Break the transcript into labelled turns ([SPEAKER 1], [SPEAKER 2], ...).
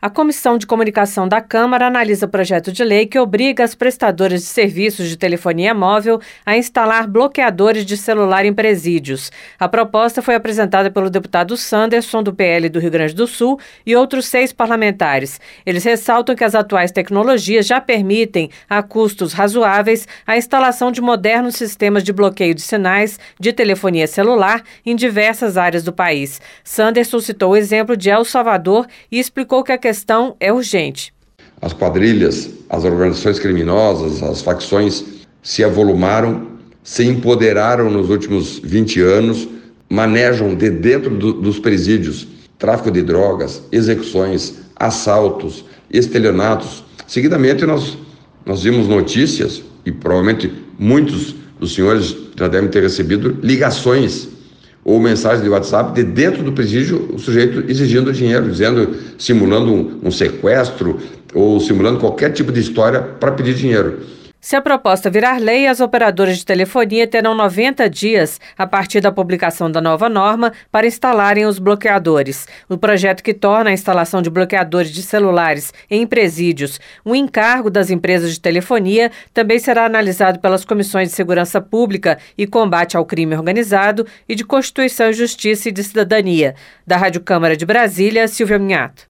[SPEAKER 1] A Comissão de Comunicação da Câmara analisa projeto de lei que obriga as prestadoras de serviços de telefonia móvel a instalar bloqueadores de celular em presídios. A proposta foi apresentada pelo deputado Sanderson, do PL do Rio Grande do Sul, e outros 6 parlamentares. Eles ressaltam que as atuais tecnologias já permitem, a custos razoáveis, a instalação de modernos sistemas de bloqueio de sinais de telefonia celular em diversas áreas do país. Sanderson citou o exemplo de El Salvador e explicou que a questão é urgente.
[SPEAKER 2] As quadrilhas, as organizações criminosas, as facções se avolumaram, se empoderaram nos últimos 20 anos, manejam de dentro dos presídios tráfico de drogas, execuções, assaltos, estelionatos. Seguidamente nós vimos notícias, e provavelmente muitos dos senhores já devem ter recebido ligações ou mensagem de WhatsApp de dentro do presídio, o sujeito exigindo dinheiro, simulando um sequestro ou simulando qualquer tipo de história para pedir dinheiro.
[SPEAKER 1] Se a proposta virar lei, as operadoras de telefonia terão 90 dias a partir da publicação da nova norma para instalarem os bloqueadores. O projeto que torna a instalação de bloqueadores de celulares em presídios um encargo das empresas de telefonia também será analisado pelas comissões de Segurança Pública e Combate ao Crime Organizado e de Constituição e Justiça e de Cidadania. Da Rádio Câmara de Brasília, Silvia Minhato.